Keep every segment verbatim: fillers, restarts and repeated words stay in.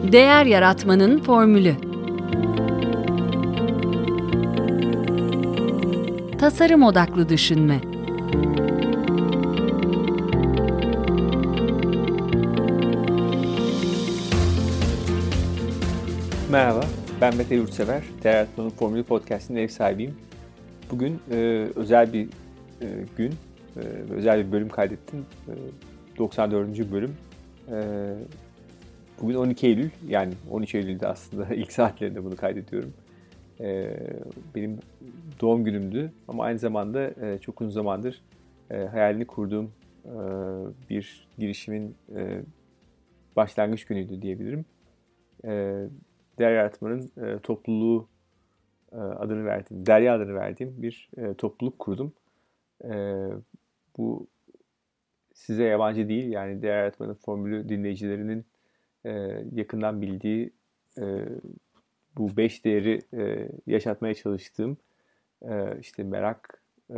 Değer yaratmanın formülü. Tasarım odaklı düşünme. Merhaba, ben Mete Yurtsever. Değer Yaratmanın Formülü Podcast'inin ev sahibiyim. Bugün e, özel bir e, gün, e, özel bir bölüm kaydettim. E, doksan dördüncü bölüm. E, bugün on iki Eylül, yani on üç Eylül'de aslında ilk saatlerinde bunu kaydediyorum. E, benim doğum günümdü ama aynı zamanda e, çok uzun zamandır e, hayalini kurduğum e, bir girişimin e, başlangıç günüydü diyebilirim. E, Değer Yaratmanın e, topluluğu e, adını verdiğim, Derya adını verdiğim bir e, topluluk kurdum. E, bu size yabancı değil, yani Değer Yaratmanın formülü dinleyicilerinin e, yakından bildiği e, bu beş değeri e, yaşatmaya çalıştığım e, işte merak, e,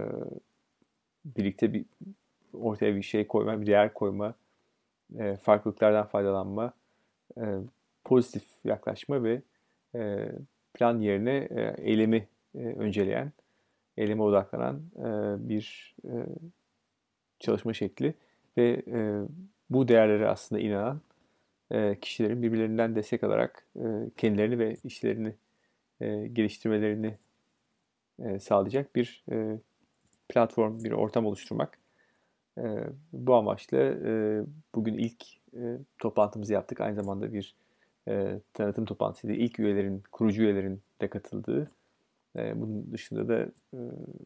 birlikte bir ortaya bir şey koyma, bir değer koyma, e, farklılıklardan faydalanma, e, pozitif yaklaşma ve e, plan yerine e, eylemi e, önceleyen, eyleme odaklanan e, bir e, çalışma şekli ve e, bu değerlere aslında inanan e, kişilerin birbirlerinden destek alarak e, kendilerini ve işlerini e, geliştirmelerini e, sağlayacak bir e, platform, bir ortam oluşturmak. E, bu amaçla e, bugün ilk e, toplantımızı yaptık. Aynı zamanda bir e, tanıtım toplantısıydı. İlk üyelerin, kurucu üyelerin de katıldığı. E, bunun dışında da e,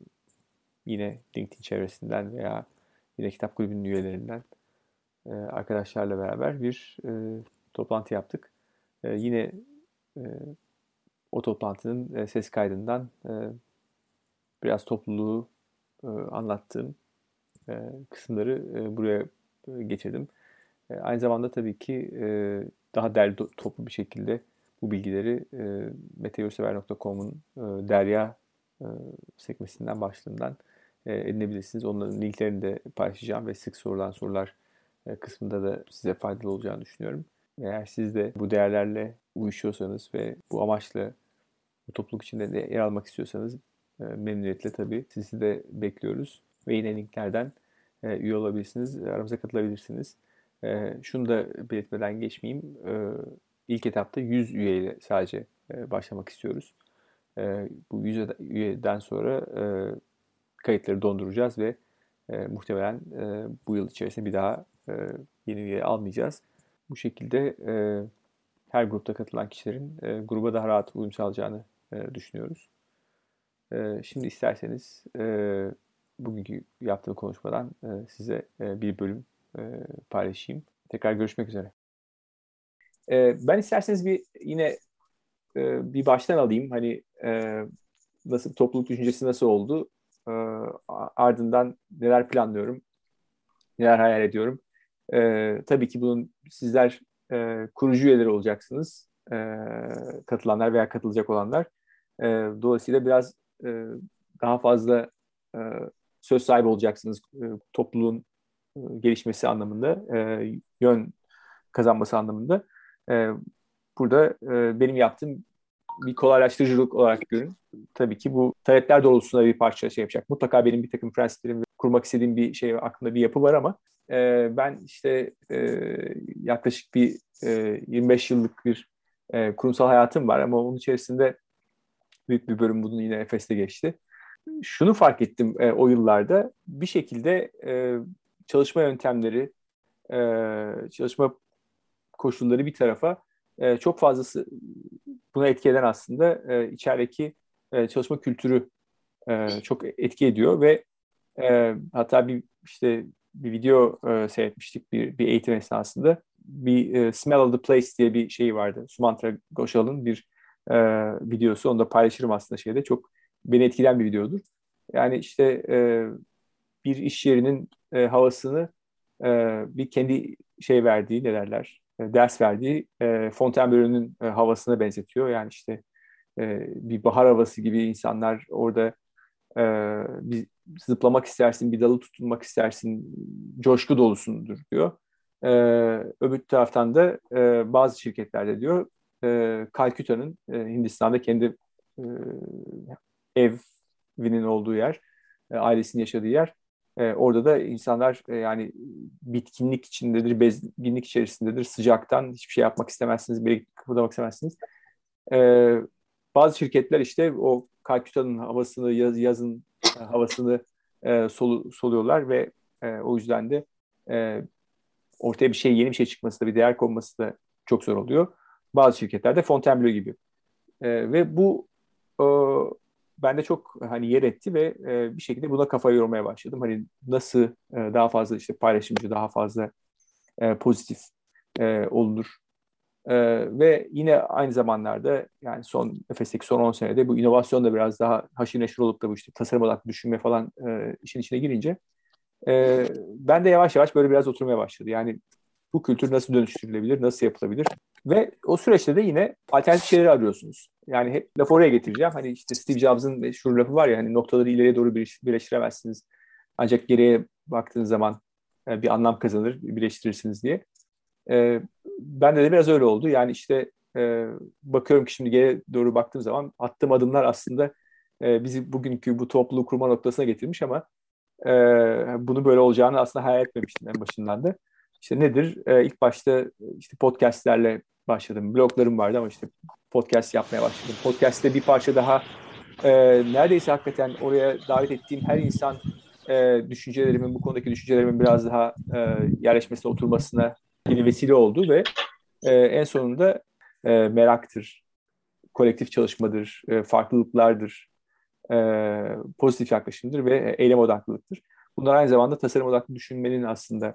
yine LinkedIn çevresinden veya yine kitap kulübünün üyelerinden e, arkadaşlarla beraber bir e, toplantı yaptık. E, yine e, o toplantının e, ses kaydından e, biraz topluluğu e, anlattığım e, kısımları e, buraya e, getirdim. E, aynı zamanda tabii ki e, daha derli toplu bir şekilde bu bilgileri e, mete yurtsever nokta com'un e, Derya e, sekmesinden, başlığından e, edinebilirsiniz. Onların linklerini de paylaşacağım ve sık sorulan sorular e, kısmında da size faydalı olacağını düşünüyorum. Eğer siz de bu değerlerle uyuşuyorsanız ve bu amaçla bu topluluk içinde de yer almak istiyorsanız e, memnuniyetle tabii sizi de bekliyoruz. Ve yine linklerden e, üye olabilirsiniz, aramıza katılabilirsiniz. E, şunu da belirtmeden geçmeyeyim. E, ilk etapta yüz üyeyle sadece e, başlamak istiyoruz. E, bu yüz üyeden sonra e, kayıtları donduracağız ve e, muhtemelen e, bu yıl içerisinde bir daha e, yeni üye almayacağız. Bu şekilde e, her grupta katılan kişilerin e, gruba daha rahat uyum sağlayacağını e, düşünüyoruz. E, şimdi isterseniz e, bugünkü yaptığım konuşmadan e, size e, bir bölüm e, paylaşayım. Tekrar görüşmek üzere. E, ben isterseniz bir yine e, bir baştan alayım. Hani e, nasıl topluluk düşüncesi nasıl oldu? E, ardından neler planlıyorum, neler hayal ediyorum. E, tabii ki bunun sizler e, kurucu üyeleri olacaksınız. E, katılanlar veya katılacak olanlar. E, dolayısıyla biraz e, daha fazla e, söz sahibi olacaksınız e, topluluğun e, gelişmesi anlamında, e, yön kazanması anlamında. E, burada e, benim yaptığım bir kolaylaştırıcılık olarak görün. Tabii ki bu talepler doğrultusunda bir parça şey yapacak. Mutlaka benim bir takım prensiplerim ve kurmak istediğim bir şey, aklımda bir yapı var ama e, ben işte e, yaklaşık bir e, yirmi beş yıllık bir e, kurumsal hayatım var ama onun içerisinde büyük bir bölüm bunun yine Efes'te geçti. Şunu fark ettim e, o yıllarda bir şekilde e, çalışma yöntemleri, e, çalışma koşulları bir tarafa e, çok fazlası buna etki eden aslında e, içerideki e, çalışma kültürü e, çok etki ediyor ve e, hatta bir işte bir video e, seyretmiştik bir, bir eğitim esnasında. Bir e, Smell of the Place diye bir şey vardı. Sumantra Ghoshал'ın bir e, videosu. Onu da paylaşırım aslında şeyde. Çok beni etkilen bir videodur. Yani işte e, bir iş yerinin e, havasını e, bir kendi şey verdiği ne derler e, ders verdiği e, Fontainebleau'nun e, havasına benzetiyor. Yani işte e, bir bahar havası gibi insanlar orada e, bir zıplamak istersin, bir dalı tutunmak istersin, coşku dolusundur diyor. E, Öbür taraftan da e, bazı şirketlerde diyor e, Kalküta'nın e, Hindistan'da kendi e, evinin olduğu yer, e, ailesinin yaşadığı yer. E, orada da insanlar e, yani bitkinlik içindedir, bezginlik içerisindedir. Sıcaktan hiçbir şey yapmak istemezsiniz, bir yere kıpırdamak istemezsiniz. E, Bazı şirketler işte o Kalküta'nın havasını, yaz, yazın e, havasını e, solu, soluyorlar ve e, o yüzden de e, ortaya bir şey, yeni bir şey çıkması da, bir değer konması da çok zor oluyor. Bazı şirketlerde Fontainebleau gibi. E, ve bu e, bende çok hani yer etti ve e, bir şekilde buna kafayı yormaya başladım. Hani nasıl e, daha fazla işte paylaşımcı, daha fazla e, pozitif e, olunur. E, Ve yine aynı zamanlarda yani son nefesteki son on senede bu inovasyon da biraz daha haşır neşir olup da bu işte tasarım odaklı düşünme falan e, işin içine girince e, ben de yavaş yavaş böyle biraz oturmaya başladı. Yani bu kültür nasıl dönüştürülebilir, nasıl yapılabilir? Ve o süreçte de yine alternatif şeyleri arıyorsunuz. Yani hep lafı oraya getireceğim. Hani işte Steve Jobs'ın meşhur lafı var ya, hani noktaları ileriye doğru birleştiremezsiniz. Ancak geriye baktığınız zaman e, bir anlam kazanır, birleştirirsiniz diye. E, Bende de biraz öyle oldu. Yani işte e, bakıyorum ki şimdi geriye doğru baktığım zaman attığım adımlar aslında e, bizi bugünkü bu topluluğu kurma noktasına getirmiş ama e, bunu böyle olacağını aslında hayal etmemiştim en başından da. İşte nedir? E, ilk başta işte podcastlerle başladım. Bloglarım vardı ama işte podcast yapmaya başladım. Podcast'te bir parça daha e, neredeyse hakikaten oraya davet ettiğim her insan e, düşüncelerimin, bu konudaki düşüncelerimin biraz daha e, yerleşmesine, oturmasına bir vesile oldu ve e, en sonunda e, meraktır, kolektif çalışmadır, e, farklılıklardır, e, pozitif yaklaşımdır ve eylem odaklılıktır. Bunlar aynı zamanda tasarım odaklı düşünmenin aslında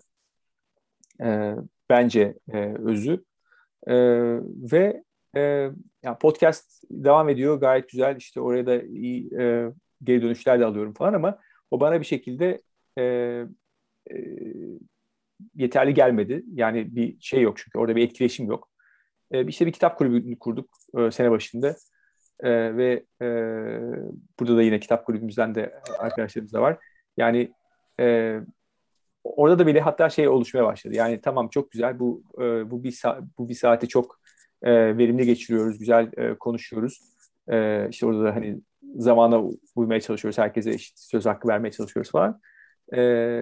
e, bence e, özü. E, Ve e, yani podcast devam ediyor gayet güzel. İşte oraya da iyi e, geri dönüşler de alıyorum falan ama o bana bir şekilde e, e, yeterli gelmedi. Yani bir şey yok çünkü orada bir etkileşim yok. E, işte bir kitap kulübü kurduk e, sene başında. E, ve e, burada da yine kitap kulübümüzden de arkadaşlarımız da var. Yani e, orada da bile hatta şey oluşmaya başladı. Yani tamam çok güzel bu e, bu bir sa- bu bir saati çok e, verimli geçiriyoruz, güzel e, konuşuyoruz. E, işte orada da hani zamana uymaya çalışıyoruz, herkese eşit söz hakkı vermeye çalışıyoruz falan. E,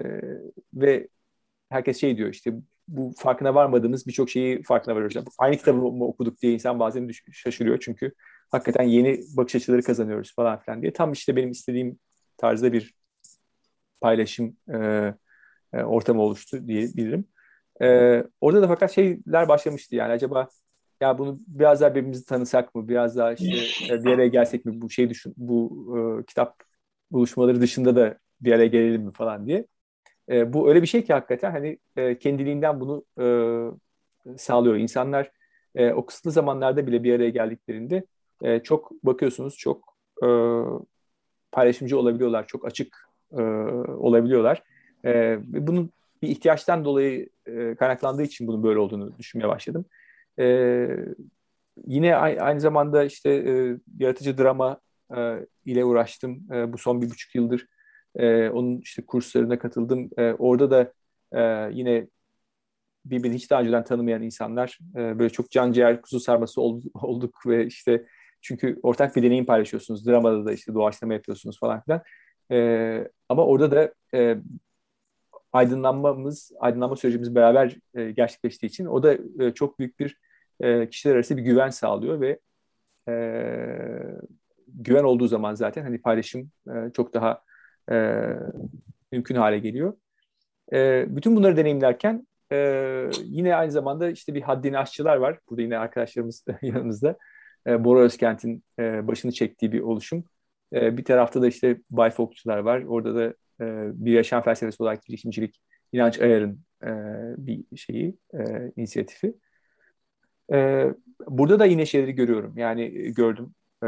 Ve herkes şey diyor işte bu farkına varmadığımız birçok şeyi farkına varıyoruz. Yani aynı kitabı mı okuduk diye insan bazen düş- şaşırıyor çünkü hakikaten yeni bakış açıları kazanıyoruz falan filan diye. Tam işte benim istediğim tarzda bir paylaşım e, e, ortamı oluştu diyebilirim. E, orada da fakat şeyler başlamıştı yani acaba ya bunu biraz daha birbirimizi tanısak mı? Biraz daha işte e, bir araya gelsek mi? Bu şey düşün, bu e, kitap buluşmaları dışında da bir araya gelelim mi falan diye. E, bu öyle bir şey ki hakikaten hani e, kendiliğinden bunu e, sağlıyor. İnsanlar e, o kısıtlı zamanlarda bile bir araya geldiklerinde e, çok bakıyorsunuz çok e, paylaşımcı olabiliyorlar, çok açık e, olabiliyorlar. E, ve bunun bir ihtiyaçtan dolayı e, kaynaklandığı için bunun böyle olduğunu düşünmeye başladım. E, Yine a- aynı zamanda işte e, yaratıcı drama e, ile uğraştım. E, bu son bir buçuk yıldır e, onun işte kurslarına katıldım. E, orada da e, yine birbirini hiç daha önceden tanımayan insanlar e, böyle çok can ciğer kuzu sarması ol- olduk ve işte çünkü ortak bir deneyim paylaşıyorsunuz. Dramada da işte doğaçlama yapıyorsunuz falan filan. E, ama orada da e, aydınlanmamız, aydınlanma sürecimiz beraber e, gerçekleştiği için o da e, çok büyük bir e, kişiler arası bir güven sağlıyor ve e, güven olduğu zaman zaten hani paylaşım e, çok daha e, mümkün hale geliyor. E, bütün bunları deneyimlerken e, yine aynı zamanda işte bir haddini aşçılar var. Burada yine arkadaşlarımız yanımızda. E, Bora Özkent'in e, başını çektiği bir oluşum. E, bir tarafta da işte Bayfokçular var. Orada da e, bir yaşam felsefesi olarak girişimcilik, İnanç Ayar'ın e, bir şeyi, e, inisiyatifi. E, Burada da yine şeyleri görüyorum. Yani e, gördüm. E,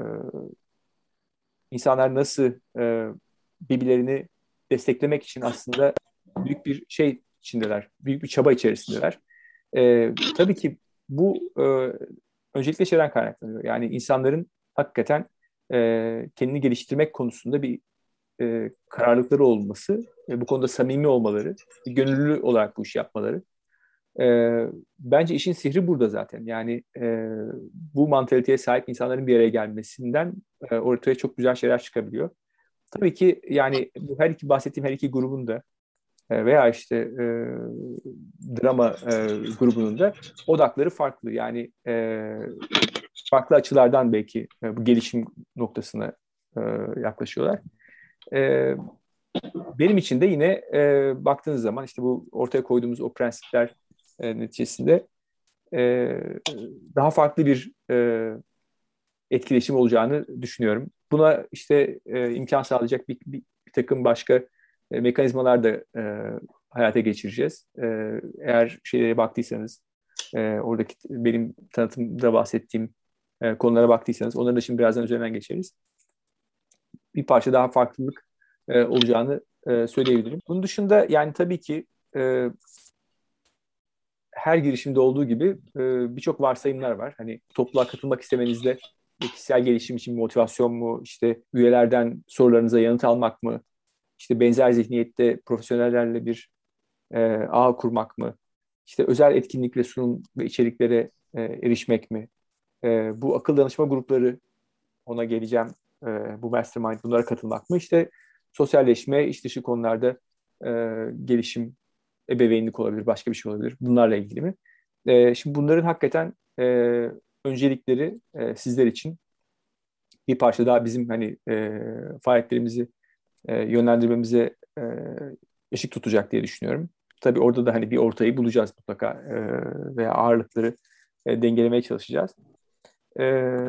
insanlar nasıl e, birbirlerini desteklemek için aslında büyük bir şey içindeler, büyük bir çaba içerisindeler. E, tabii ki bu e, öncelikle şeyden kaynaklanıyor. Yani insanların hakikaten e, kendini geliştirmek konusunda bir e, kararlılıkları olması, ve bu konuda samimi olmaları, gönüllü olarak bu işi yapmaları. E, bence işin sihri burada zaten. Yani e, bu mantaliteye sahip insanların bir araya gelmesinden e, ortaya çok güzel şeyler çıkabiliyor. Tabii ki yani bu her iki bahsettiğim her iki grubun da e, veya işte e, drama e, grubunun da odakları farklı. Yani e, farklı açılardan belki e, bu gelişim noktasına e, yaklaşıyorlar. E, benim için de yine e, baktığınız zaman işte bu ortaya koyduğumuz o prensipler e, neticesinde e, daha farklı bir e, etkileşim olacağını düşünüyorum. Buna işte e, imkan sağlayacak bir, bir, bir takım başka e, mekanizmalar da e, hayata geçireceğiz. E, eğer şeylere baktıysanız, e, oradaki benim tanıtımda bahsettiğim e, konulara baktıysanız, onların da şimdi birazdan üzerinden geçeriz. Bir parça daha farklılık e, olacağını e, söyleyebilirim. Bunun dışında yani tabii ki e, her girişimde olduğu gibi e, birçok varsayımlar var. Hani topluluğa katılmak istemenizde kişisel gelişim için motivasyon mu, işte üyelerden sorularınıza yanıt almak mı, işte benzer zihniyette profesyonellerle bir e, ağ kurmak mı, işte özel etkinlik ve sunum ve içeriklere e, erişmek mi, e, bu akıl danışma grupları, ona geleceğim, e, bu mastermind, bunlara katılmak mı, işte sosyalleşme, iş dışı konularda e, gelişim, ebeveynlik olabilir, başka bir şey olabilir. Bunlarla ilgili mi? E, şimdi bunların hakikaten e, öncelikleri e, sizler için bir parça daha bizim hani e, faaliyetlerimizi e, yönlendirmemize e, ışık tutacak diye düşünüyorum. Tabii orada da hani bir ortayı bulacağız mutlaka e, veya ağırlıkları e, dengelemeye çalışacağız. E,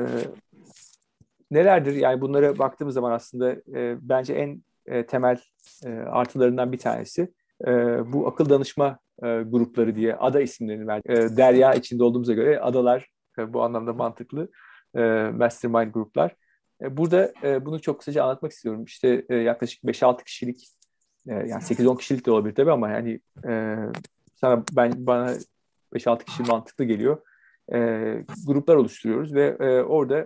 nelerdir? Yani bunlara baktığımız zaman aslında e, bence en e, temel e, artılarından bir tanesi e, bu akıl danışma e, grupları diye ada isimlerini verdik. E, derya içinde olduğumuza göre adalar e, bu anlamda mantıklı e, mastermind gruplar. E, burada e, bunu çok kısaca anlatmak istiyorum. İşte e, yaklaşık beş altı kişilik e, yani sekiz on kişilik de olabilir tabii ama yani e, sana ben bana beş altı kişi mantıklı geliyor. E, gruplar oluşturuyoruz ve e, orada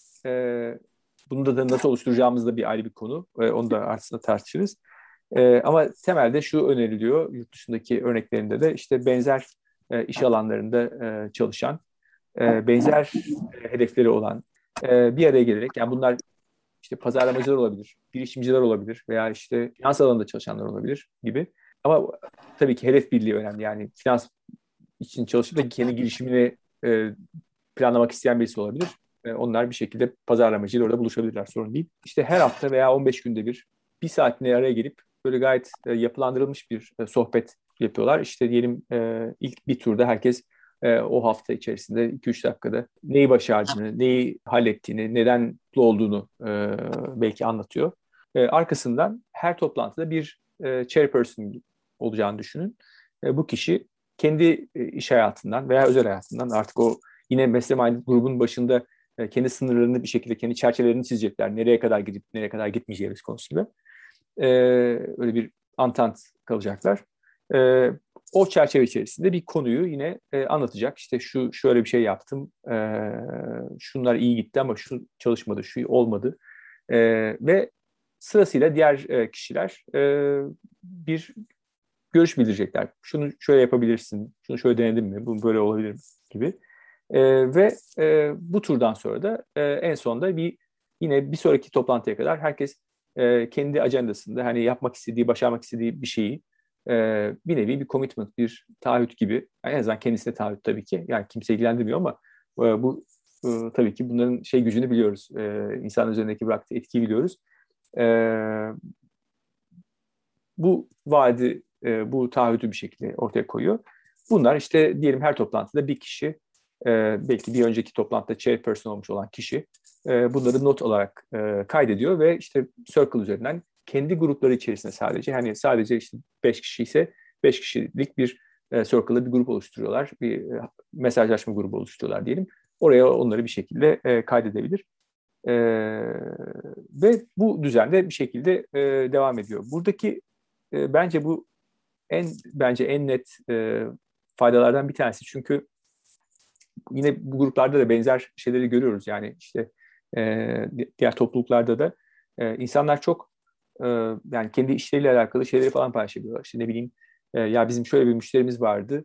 e, bunu da, da nasıl oluşturacağımız da bir ayrı bir konu. E, onu da aslında tartışırız. E, ama temelde şu öneriliyor yurt dışındaki örneklerinde de işte benzer e, iş alanlarında e, çalışan, e, benzer e, hedefleri olan e, bir araya gelerek yani bunlar işte pazarlamacılar olabilir, girişimciler olabilir veya işte finans alanında çalışanlar olabilir gibi. Ama tabii ki hedef birliği önemli. Yani finans için çalışıp da kendi girişimini e, planlamak isteyen birisi olabilir. E, onlar bir şekilde pazarlamacıyla orada buluşabilirler. Sorun değil. İşte her hafta veya on beş günde bir bir saatine araya gelip böyle gayet e, yapılandırılmış bir e, sohbet yapıyorlar. İşte diyelim e, ilk bir turda herkes e, o hafta içerisinde iki üç dakikada neyi başardığını, neyi hallettiğini, neden mutlu olduğunu e, belki anlatıyor. E, arkasından her toplantıda bir e, chairperson olacağını düşünün. E, bu kişi kendi e, iş hayatından veya özel hayatından artık o yine mastermind grubun başında e, kendi sınırlarını bir şekilde kendi çerçevelerini çizecekler. Nereye kadar gidip nereye kadar gitmeyeceğimiz konusunda. E, öyle bir antant kalacaklar. E, o çerçeve içerisinde bir konuyu yine e, anlatacak. İşte şu şöyle bir şey yaptım. E, şunlar iyi gitti ama şu çalışmadı, şu olmadı. E, ve sırasıyla diğer e, kişiler e, bir görüş bildirecekler. Şunu şöyle yapabilirsin, şunu şöyle denedin mi, bu böyle olabilir mi gibi. E, ve e, bu turdan sonra da e, en sonunda bir yine bir sonraki toplantıya kadar herkes e, kendi ajandasında hani yapmak istediği, başarmak istediği bir şeyi e, bir nevi bir commitment, bir taahhüt gibi. Yani en azından kendisine taahhüt tabii ki. Yani kimse ilgilendirmiyor ama e, bu e, tabii ki bunların şey gücünü biliyoruz. E, insan üzerindeki bıraktığı etkiyi biliyoruz. E, bu vaadi, e, bu taahhütü bir şekilde ortaya koyuyor. Bunlar işte diyelim her toplantıda bir kişi, e, belki bir önceki toplantıda chairperson olmuş olan kişi e, bunları not olarak e, kaydediyor ve işte Circle üzerinden kendi grupları içerisinde sadece hani sadece işte beş kişi ise beş kişilik bir e, Circle'da bir grup oluşturuyorlar. Bir e, mesajlaşma grubu oluşturuyorlar diyelim. Oraya onları bir şekilde e, kaydedebilir. E, ve bu düzende bir şekilde e, devam ediyor. Buradaki e, bence bu en bence en net e, faydalardan bir tanesi. Çünkü yine bu gruplarda da benzer şeyleri görüyoruz. Yani işte e, diğer topluluklarda da e, insanlar çok e, yani kendi işleriyle alakalı şeyleri falan paylaşabiliyorlar. İşte ne bileyim e, ya bizim şöyle bir müşterimiz vardı.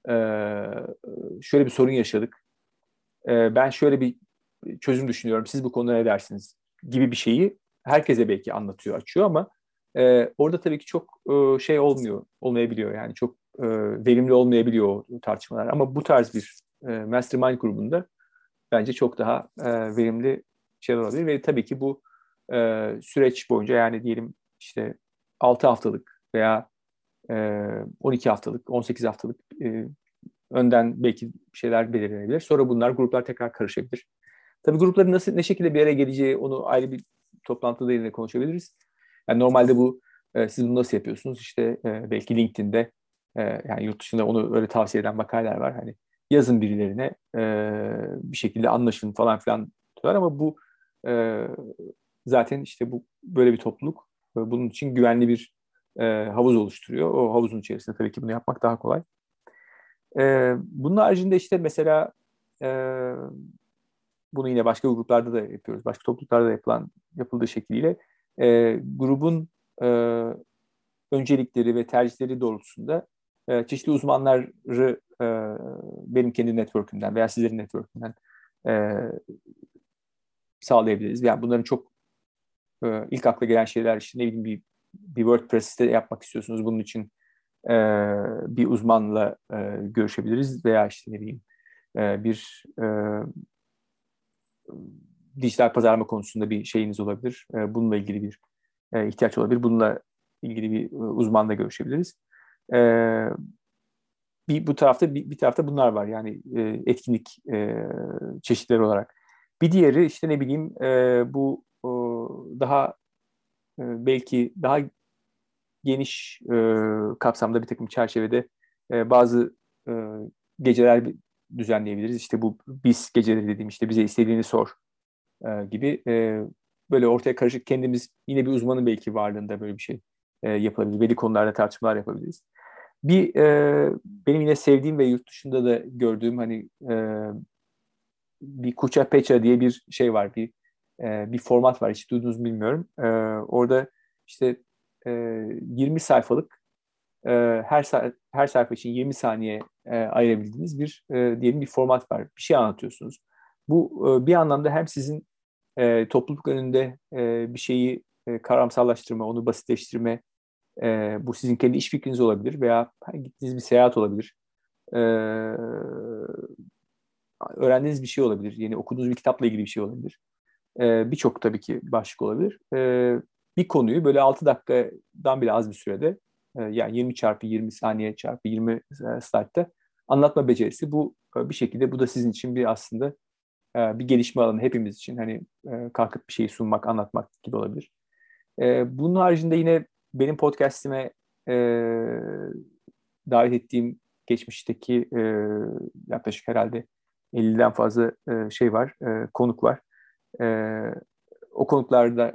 e, şöyle bir sorun yaşadık. E, ben şöyle bir çözüm düşünüyorum. Siz bu konuda ne dersiniz? Gibi bir şeyi herkese belki anlatıyor, açıyor ama e, orada tabii ki çok e, şey olmuyor, olmayabiliyor. Yani çok e, verimli olmayabiliyor o tartışmalar. Ama bu tarz bir e, mastermind grubunda bence çok daha e, verimli şeyler olabilir. Ve tabii ki bu e, süreç boyunca, yani diyelim işte altı haftalık veya e, on iki haftalık, on sekiz haftalık e, önden belki şeyler belirlenebilir. Sonra bunlar, gruplar tekrar karışabilir. Tabii grupların nasıl, ne şekilde bir araya geleceği, onu ayrı bir toplantıda yine konuşabiliriz. Yani normalde bu e, siz bunu nasıl yapıyorsunuz? İşte e, belki LinkedIn'de e, yani yurt dışında onu öyle tavsiye eden makaleler var. Hani yazın birilerine e, bir şekilde anlaşın falan filan diyorlar ama bu e, zaten işte bu böyle bir topluluk e, bunun için güvenli bir e, havuz oluşturuyor. O havuzun içerisinde tabii ki bunu yapmak daha kolay. E, bunun haricinde işte mesela e, bunu yine başka gruplarda da yapıyoruz. Başka topluluklarda da yapılan, yapıldığı şekliyle e, grubun e, öncelikleri ve tercihleri doğrultusunda e, çeşitli uzmanları e, benim kendi network'ümden veya sizlerin network'ünden e, sağlayabiliriz. Yani bunların çok e, ilk akla gelen şeyler, işte ne bileyim, bir, bir WordPress site yapmak istiyorsunuz. Bunun için e, bir uzmanla e, görüşebiliriz veya işte ne bileyim e, bir e, dijital pazarlama konusunda bir şeyiniz olabilir. E, bununla ilgili bir e, ihtiyaç olabilir. Bununla ilgili bir e, uzmanla görüşebiliriz. E, bir bu tarafta bir, bir tarafta bunlar var. Yani e, etkinlik e, çeşitleri olarak. Bir diğeri işte ne bileyim e, bu o, daha e, belki daha geniş e, kapsamda bir takım çerçevede e, bazı e, geceler düzenleyebiliriz. İşte bu biz geceleri dediğim, işte bize istediğini sor e, gibi e, böyle ortaya karışık, kendimiz yine bir uzmanın belki varlığında böyle bir şey e, yapabiliriz. Belli konularda tartışmalar yapabiliriz. Bir e, benim yine sevdiğim ve yurt dışında da gördüğüm hani e, bir Kucha Pecha diye bir şey var. Bir e, bir format var. Hiç duydunuz mu bilmiyorum. E, orada işte e, yirmi sayfalık, e, her sa- her sayfa için yirmi saniye e, ayırabildiğiniz bir e, diyelim bir format var. Bir şey anlatıyorsunuz. Bu e, bir anlamda hem sizin e, topluluk önünde e, bir şeyi e, karamsallaştırma, onu basitleştirme, e, bu sizin kendi iş fikriniz olabilir veya gittiğiniz bir seyahat olabilir. E, öğrendiğiniz bir şey olabilir. Yeni okuduğunuz bir kitapla ilgili bir şey olabilir. E, birçok tabii ki başlık olabilir. E, bir konuyu böyle altı dakikadan bile az bir sürede, e, yani yirmi çarpı yirmi saniye çarpı yirmi slide'da anlatma becerisi, bu e, bir şekilde bu da sizin için bir aslında e, bir gelişme alanı, hepimiz için hani e, kalkıp bir şeyi sunmak, anlatmak gibi olabilir. E, bunun haricinde yine benim podcast'ime e, davet ettiğim geçmişteki e, yaklaşık herhalde elliden fazla e, şey var, e, konuk var. E, o konuklardan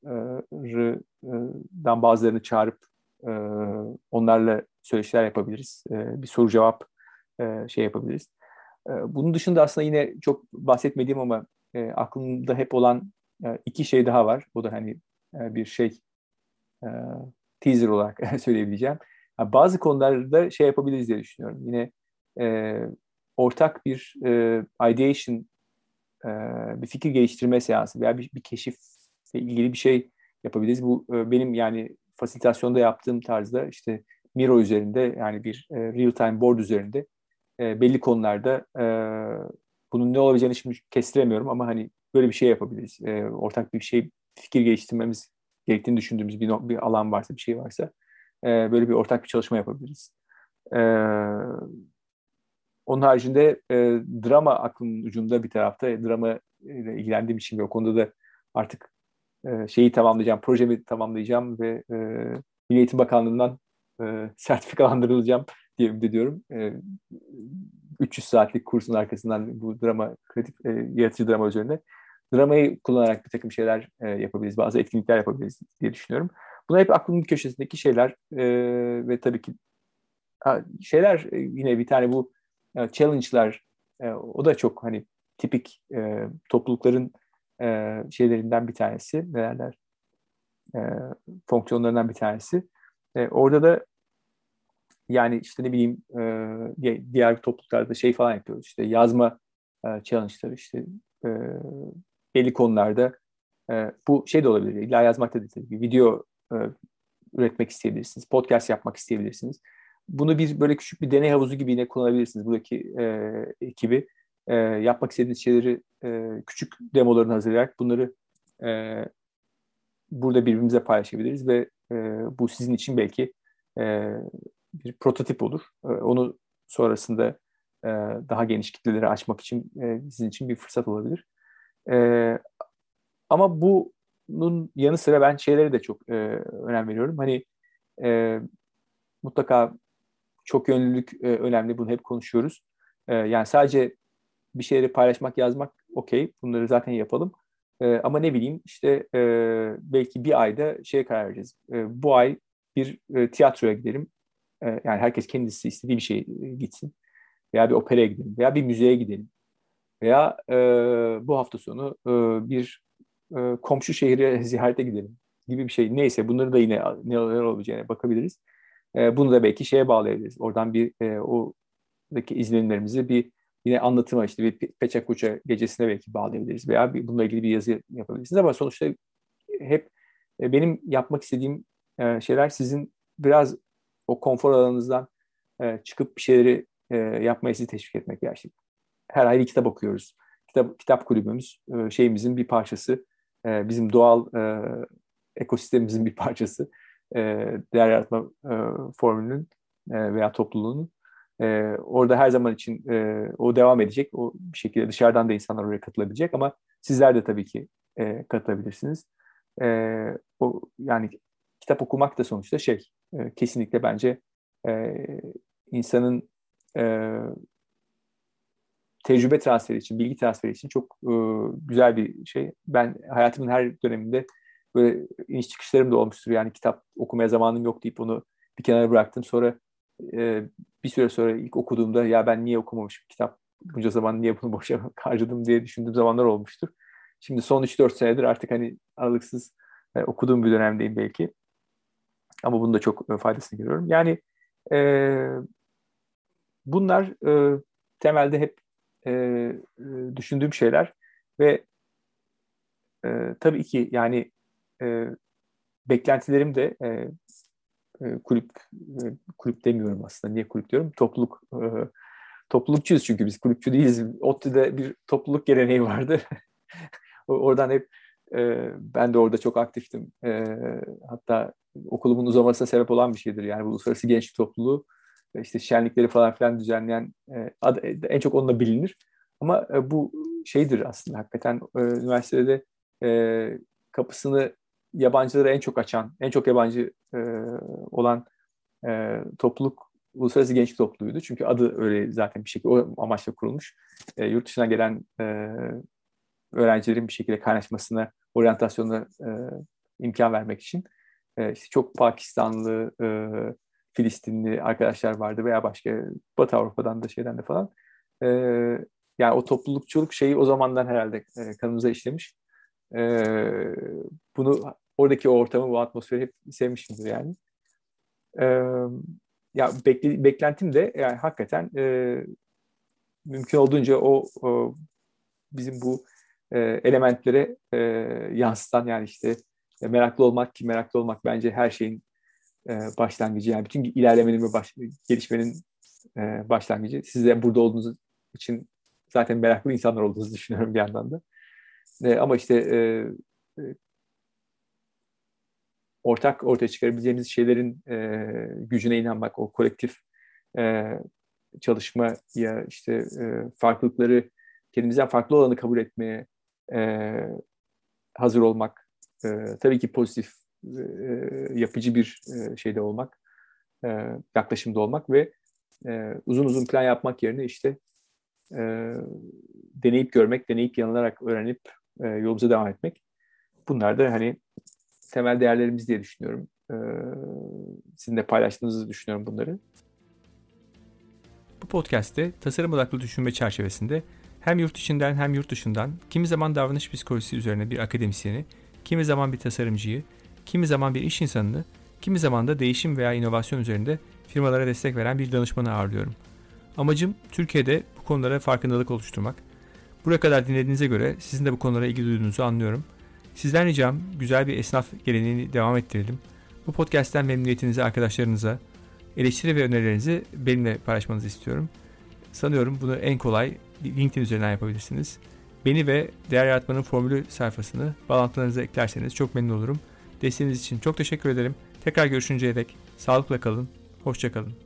bazılarını çağırıp e, onlarla söyleşiler yapabiliriz. E, bir soru cevap e, şey yapabiliriz. E, bunun dışında aslında yine çok bahsetmediğim ama e, aklımda hep olan e, iki şey daha var. O da hani e, bir şey e, teaser olarak söyleyebileceğim. Ha, bazı konularda şey yapabiliriz diye düşünüyorum. Yine e, ortak bir e, ideation, e, bir fikir geliştirme seansı veya bir, bir keşifle ilgili bir şey yapabiliriz. Bu e, benim yani fasilitasyonda yaptığım tarzda işte Miro üzerinde, yani bir e, real time board üzerinde e, belli konularda e, bunun ne olabileceğini şimdi kestiremiyorum ama hani böyle bir şey yapabiliriz. E, ortak bir şey, fikir geliştirmemiz gerektiğini düşündüğümüz bir, no- bir alan varsa, bir şey varsa e, böyle bir ortak bir çalışma yapabiliriz. E, onun haricinde e, drama aklımın ucunda bir tarafta. E, drama ile ilgilendiğim için ve o konuda da artık e, şeyi tamamlayacağım, projemi tamamlayacağım ve e, Milli Eğitim Bakanlığı'ndan e, sertifikalandırılacağım diye ümit ediyorum. E, üç yüz saatlik kursun arkasından bu drama, kreatif, e, yaratıcı drama üzerine dramayı kullanarak bir takım şeyler e, yapabiliriz, bazı etkinlikler yapabiliriz diye düşünüyorum. Bunlar hep aklımın köşesindeki şeyler e, ve tabii ki ha, şeyler e, yine bir tane bu e, challenge'lar, e, o da çok hani tipik e, toplulukların e, şeylerinden bir tanesi, ne derler, e, fonksiyonlarından bir tanesi. E, orada da Yani işte ne bileyim e, diğer topluluklarda şey falan yapıyoruz. İşte yazma e, challenge'ları işte e, belli konularda e, bu şey de olabilir. İlla yazmak da değil tabii. Video e, üretmek isteyebilirsiniz. Podcast yapmak isteyebilirsiniz. Bunu bir böyle küçük bir deney havuzu gibi yine kullanabilirsiniz. Buradaki e, ekibi e, yapmak istediğiniz şeyleri e, küçük demolarını hazırlayarak bunları e, burada birbirimize paylaşabiliriz ve e, bu sizin için belki e, bir prototip olur. E, onu sonrasında e, daha geniş kitlelere açmak için e, sizin için bir fırsat olabilir. E, ama bunun yanı sıra ben şeylere de çok e, önem veriyorum. Hani e, mutlaka çok yönlülük e, önemli. Bunu hep konuşuyoruz. E, yani sadece bir şeyleri paylaşmak, yazmak okey. Bunları zaten yapalım. E, ama ne bileyim işte e, belki bir ayda şeye karar vereceğiz. E, bu ay bir e, tiyatroya gidelim. E, yani herkes kendisi istediği bir şeye e, gitsin. Veya bir operaya gidelim. Veya bir müzeye gidelim. Veya e, bu hafta sonu e, bir e, komşu şehre ziyarete gidelim gibi bir şey. Neyse bunları da yine neler olabileceğine bakabiliriz. E, bunu da belki şeye bağlayabiliriz. Oradan bir e, oradaki izlenimlerimizi bir yine anlatıma işte bir Peçe Kuça gecesine belki bağlayabiliriz veya bir, bununla ilgili bir yazı yapabilirsiniz ama sonuçta hep e, benim yapmak istediğim e, şeyler sizin biraz o konfor alanınızdan e, çıkıp bir şeyleri e, yapmaya sizi teşvik etmek. Yani işte her ay bir kitap okuyoruz. Kitap, kitap kulübümüz e, şeyimizin bir parçası. E, bizim doğal e, ekosistemimizin bir parçası. E, değer yaratma e, formülünün e, veya topluluğunun. E, orada her zaman için e, o devam edecek. O bir şekilde dışarıdan da insanlar oraya katılabilecek ama sizler de tabii ki e, katılabilirsiniz. E, o yani kitap okumak da sonuçta şey e, kesinlikle bence e, insanın e, tecrübe transferi için, bilgi transferi için çok e, güzel bir şey. Ben hayatımın her döneminde böyle iniş çıkışlarım da olmuştur. Yani kitap okumaya zamanım yok deyip onu bir kenara bıraktım. Sonra e, bir süre sonra ilk okuduğumda ya ben niye okumamışım kitap? Bunca zaman niye bunu boşa harcadım diye düşündüğüm zamanlar olmuştur. Şimdi son üç dört senedir artık hani aralıksız e, okuduğum bir dönemdeyim belki. Ama bunun da çok e, faydasını görüyorum. Yani e, bunlar e, temelde hep e, e, düşündüğüm şeyler ve e, tabii ki yani e, beklentilerim de e, e, kulüp e, kulüp demiyorum aslında. Niye kulüp diyorum? Topluluk e, toplulukçuyuz çünkü biz kulüpçü değiliz. ODTÜ'de bir topluluk geleneği vardı. Oradan hep e, ben de orada çok aktiftim. E, hatta okulumun uzamasına sebep olan bir şeydir. Yani bu uluslararası gençlik topluluğu işte şenlikleri falan filan düzenleyen e, ad, en çok onunla bilinir. Ama e, bu şeydir aslında hakikaten e, üniversitede e, kapısını yabancılara en çok açan, en çok yabancı e, olan e, topluluk Uluslararası Gençlik Topluluğu'ydu. Çünkü adı öyle zaten bir şekilde o amaçla kurulmuş. E, yurt dışına gelen e, öğrencilerin bir şekilde kaynaşmasına, oryantasyonuna e, imkan vermek için e, işte çok Pakistanlı, e, Filistinli arkadaşlar vardı veya başka Batı Avrupa'dan da şeyden de falan. E, yani o toplulukçuluk şeyi o zamandan herhalde e, kanımıza işlemiş. E, bunu oradaki o ortamı, bu atmosferi hep sevmişimdir yani. E, ya bekle, beklentim de yani hakikaten e, mümkün olduğunca o, o bizim bu e, elementlere e, yansıtan yani işte e, meraklı olmak ki meraklı olmak bence her şeyin e, başlangıcı. Yani bütün ilerlemenin ve baş, gelişmenin e, başlangıcı. Siz de burada olduğunuz için zaten meraklı insanlar olduğunuzu düşünüyorum bir yandan da. E, ama işte e, e, ortak ortaya çıkarabileceğimiz şeylerin e, gücüne inanmak, o kolektif e, çalışmaya işte e, farklılıkları kendimizden farklı olanı kabul etmeye e, hazır olmak, e, tabii ki pozitif, e, yapıcı bir e, şeyde olmak, e, yaklaşımda olmak ve e, uzun uzun plan yapmak yerine işte e, deneyip görmek, deneyip yanılarak öğrenip e, yolumuza devam etmek. Bunlar da hani temel değerlerimiz diye düşünüyorum. E, sizin de paylaştığınızı düşünüyorum bunları. Bu podcast'te tasarım odaklı düşünme çerçevesinde hem yurt içinden hem yurt dışından kimi zaman davranış psikolojisi üzerine bir akademisyeni, kimi zaman bir tasarımcıyı, kimi zaman bir iş insanını, kimi zaman da değişim veya inovasyon üzerinde firmalara destek veren bir danışmanı ağırlıyorum. Amacım Türkiye'de bu konulara farkındalık oluşturmak. Buraya kadar dinlediğinize göre sizin de bu konulara ilgi duyduğunuzu anlıyorum. Sizden ricam güzel bir esnaf geleneğini devam ettirelim. Bu podcast'ten memnuniyetinizi arkadaşlarınıza, eleştiri ve önerilerinizi benimle paylaşmanızı istiyorum. Sanıyorum bunu en kolay LinkedIn üzerinden yapabilirsiniz. Beni ve Değer Yaratmanın Formülü sayfasını bağlantılarınıza eklerseniz çok memnun olurum. Desteğiniz için çok teşekkür ederim. Tekrar görüşünceye dek sağlıkla kalın, hoşça kalın.